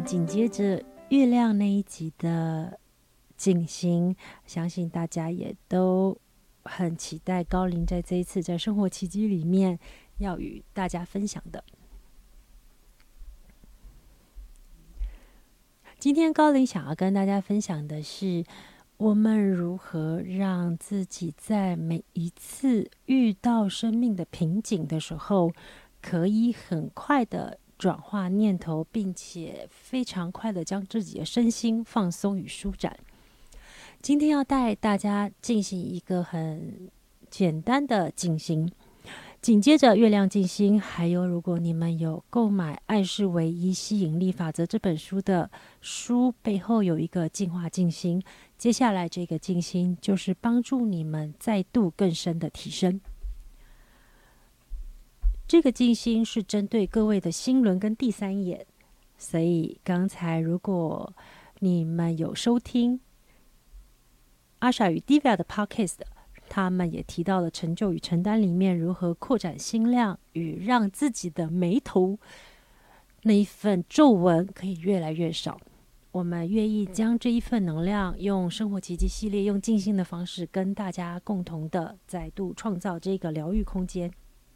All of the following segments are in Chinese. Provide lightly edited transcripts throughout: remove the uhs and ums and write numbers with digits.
紧接着月亮那一集的静心，相信大家也都很期待高灵在这一次在生活奇迹里面要与大家分享的。今天高灵想要跟大家分享的是，我们如何让自己在每一次遇到生命的瓶颈的时候，可以很快的转化念头，并且非常快的将自己的身心放松与舒展。今天要带大家进行一个很简单的静心，紧接着月亮静心，还有如果你们有购买《爱是唯一吸引力法则》这本书的书背后有一个净化静心，接下来这个静心就是帮助你们再度更深的提升。这个静心是针对各位的心轮跟第三眼，所以刚才如果你们有收听阿莎与 Divya 的 Podcast， 他们也提到了成就与承担里面如何扩展心量与让自己的眉头那一份皱纹可以越来越少。我们愿意将这一份能量用生活奇迹系列用静心的方式跟大家共同的再度创造这个疗愈空间。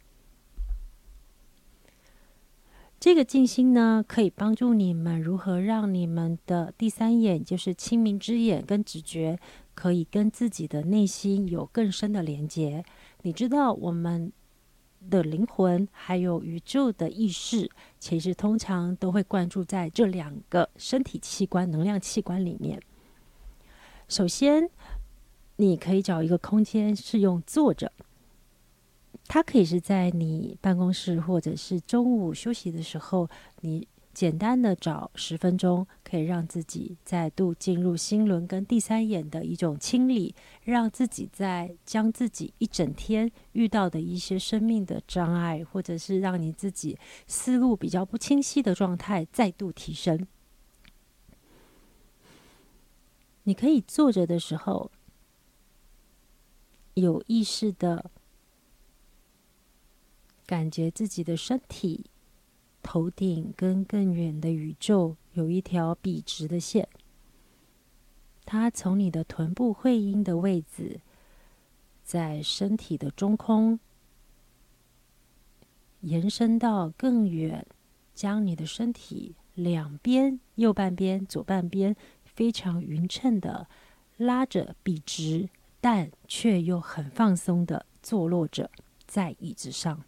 这个静心呢，可以帮助你们如何让你们的第三眼，就是清明之眼跟直觉，可以跟自己的内心有更深的连结。你知道我们的灵魂还有宇宙的意识，其实通常都会灌注在这两个身体器官、能量器官里面。首先，你可以找一个空间是用坐着，它可以是在你办公室，或者是中午休息的时候，你简单的找10分钟，可以让自己再度进入心轮跟第三眼的一种清理，让自己在将自己一整天遇到的一些生命的障碍，或者是让你自己思路比较不清晰的状态再度提升。你可以坐着的时候，有意识的感觉自己的身体头顶跟更远的宇宙有一条笔直的线，它从你的臀部会阴的位置，在身体的中空延伸到更远，将你的身体两边，右半边、左半边非常匀称的拉着笔直，但却又很放松的坐落着在椅子上。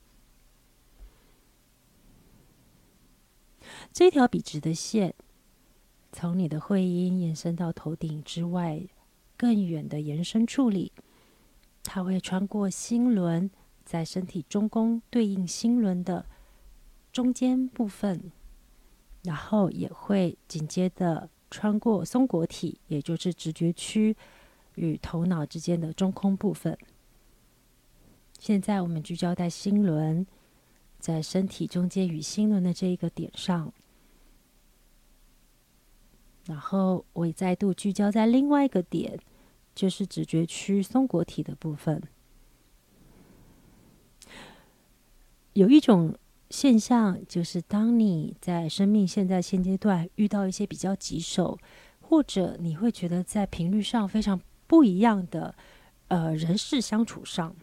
这条笔直的线从你的会阴延伸到头顶之外更远的延伸处里，它会穿过心轮，在身体中宫对应心轮的中间部分，然后也会紧接着穿过松果体，也就是直觉区与头脑之间的中空部分。现在我们聚焦在心轮，在身体中间与心轮的这一个点上，然后我也再度聚焦在另外一个点，就是直觉区松果体的部分。有一种现象，就是当你在生命现阶段遇到一些比较棘手，或者你会觉得在频率上非常不一样的人事相处上，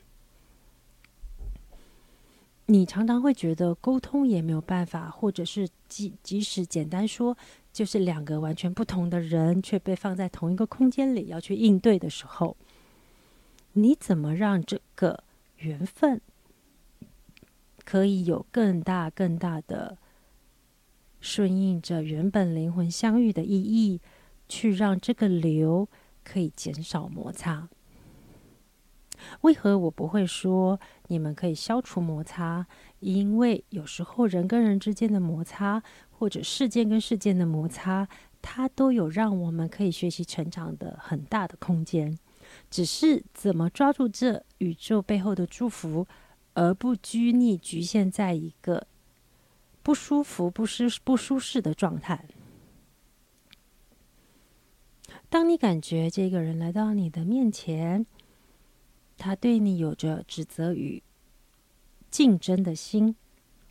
你常常会觉得沟通也没有办法，或者是即使简单说就是两个完全不同的人却被放在同一个空间里要去应对的时候，你怎么让这个缘分可以有更大的顺应着原本灵魂相遇的意义，去让这个流可以减少摩擦？为何我不会说你们可以消除摩擦？因为有时候人跟人之间的摩擦，或者事件跟事件的摩擦，它都有让我们可以学习成长的很大的空间。只是怎么抓住这宇宙背后的祝福，而不拘泥局限在一个不舒服、不舒适的状态。当你感觉这个人来到你的面前，他对你有着指责与竞争的心，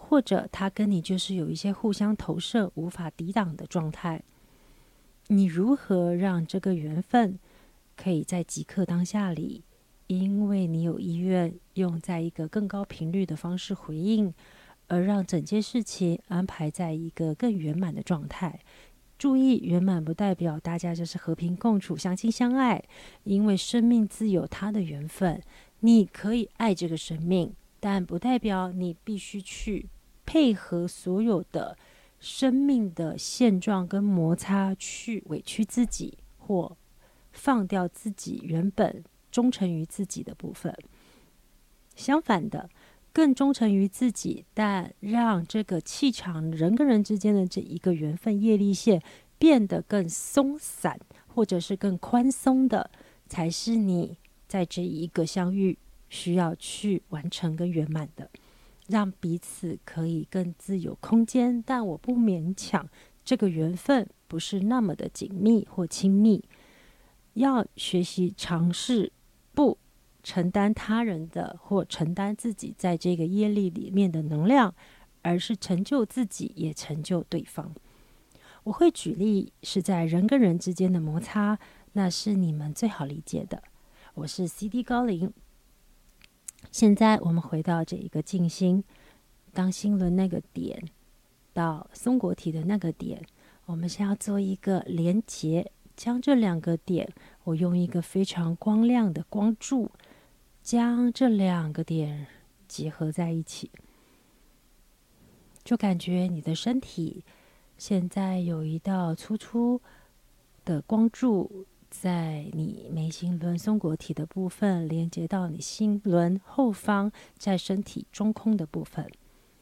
或者他跟你就是有一些互相投射、无法抵挡的状态。你如何让这个缘分可以在即刻当下里，因为你有意愿用在一个更高频率的方式回应，而让整件事情安排在一个更圆满的状态。注意，圆满不代表大家就是和平共处、相亲相爱，因为生命自有它的缘分。你可以爱这个生命，但不代表你必须去配合所有的生命的现状跟摩擦，去委屈自己或放掉自己原本忠诚于自己的部分。相反的，更忠诚于自己，但让这个气场人跟人之间的这一个缘分业力线变得更松散，或者是更宽松的，才是你在这一个相遇需要去完成跟圆满的。让彼此可以更自由空间，但我不勉强这个缘分不是那么的紧密或亲密。要学习尝试不承担他人的或承担自己在这个业力里面的能量，而是成就自己也成就对方。我会举例是在人跟人之间的摩擦，那是你们最好理解的。我是 CD 高龄。现在我们回到这一个静心，当心轮那个点到松果体的那个点，我们先要做一个连结，将这两个点，我用一个非常光亮的光柱，将这两个点结合在一起，就感觉你的身体现在有一道粗粗的光柱，在你眉心轮松果体的部分连接到你心轮后方，在身体中空的部分，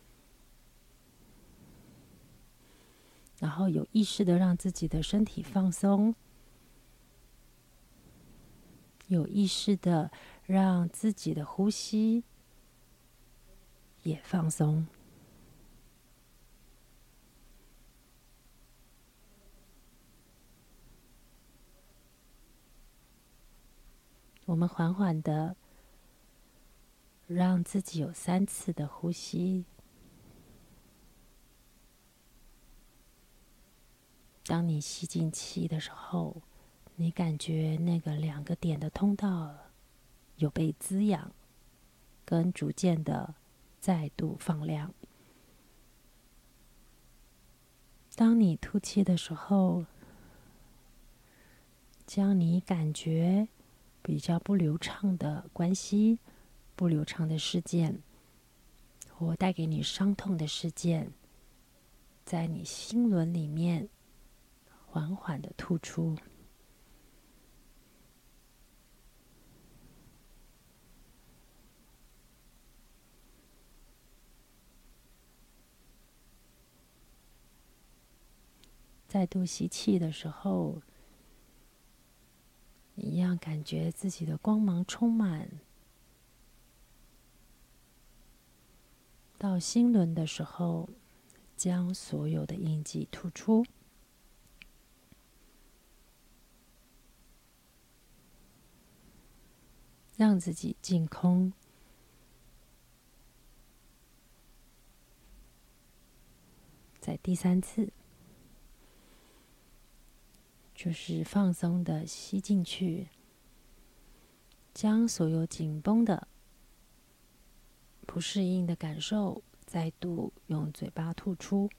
然后有意识的让自己的身体放松，有意识的让自己的呼吸也放松。我们缓缓的让自己有3次的呼吸。当你吸进气的时候，你感觉那个2个点的通道有被滋养，跟逐渐的再度放亮。当你吐气的时候，将你感觉比较不流畅的关系、不流畅的事件，或带给你伤痛的事件，在你心轮里面缓缓的吐出。再度吸气的时候，一样感觉自己的光芒充满。到心轮的时候，将所有的印记吐出。让自己净空。在第3次，就是放松的吸进去，将所有紧绷的、不适应的感受再度用嘴巴吐出。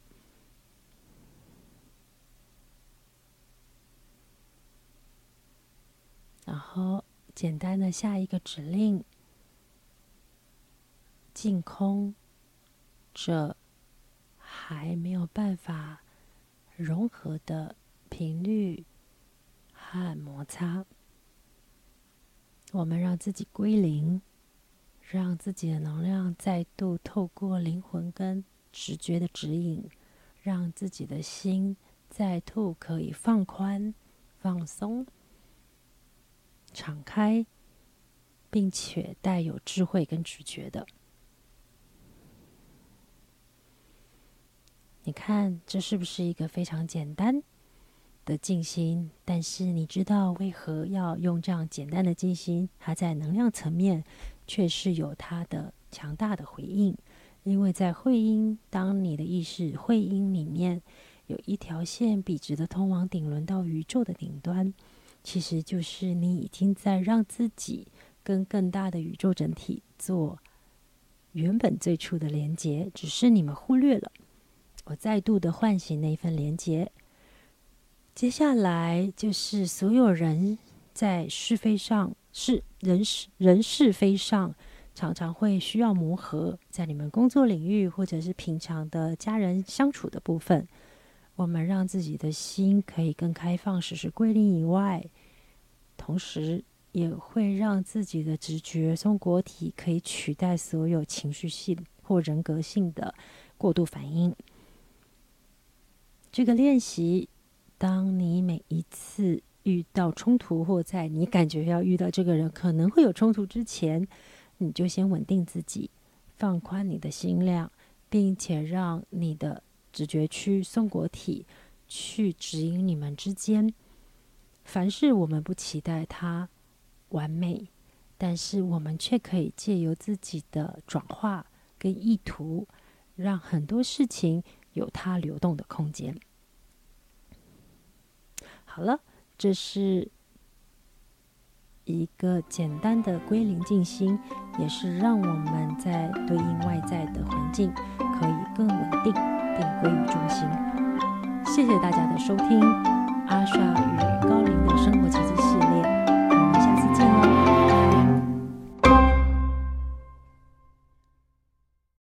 然后简单的下一个指令，净空这还没有办法融合的频率和摩擦。我们让自己归零，让自己的能量再度透过灵魂跟直觉的指引，让自己的心再度可以放宽、放松、敞开，并且带有智慧跟直觉的。你看，这是不是一个非常简单的静心？但是你知道为何要用这样简单的静心？它在能量层面却是有它的强大的回应。 因为在会阴，当你的意识会阴里面有一条线笔直的通往顶轮到宇宙的顶端，其实就是你已经在让自己跟更大的宇宙整体做原本最初的连结，只是你们忽略了。我再度的唤醒那份连结。接下来就是所有人在是非上人是非上常常会需要磨合，在你们工作领域或者是平常的家人相处的部分，我们让自己的心可以更开放，实时归零以外，同时也会让自己的直觉松果体可以取代所有情绪性或人格性的过度反应。这个练习，当你每一次遇到冲突，或在你感觉要遇到这个人可能会有冲突之前，你就先稳定自己，放宽你的心量，并且让你的直觉区松果体去指引你们之间。凡事我们不期待它完美，但是我们却可以借由自己的转化跟意图，让很多事情有它流动的空间。好了，这是一个简单的归零静心，也是让我们在对应外在的环境可以更稳定并归于中心。谢谢大家的收听，阿莎与高龄的生活奇迹。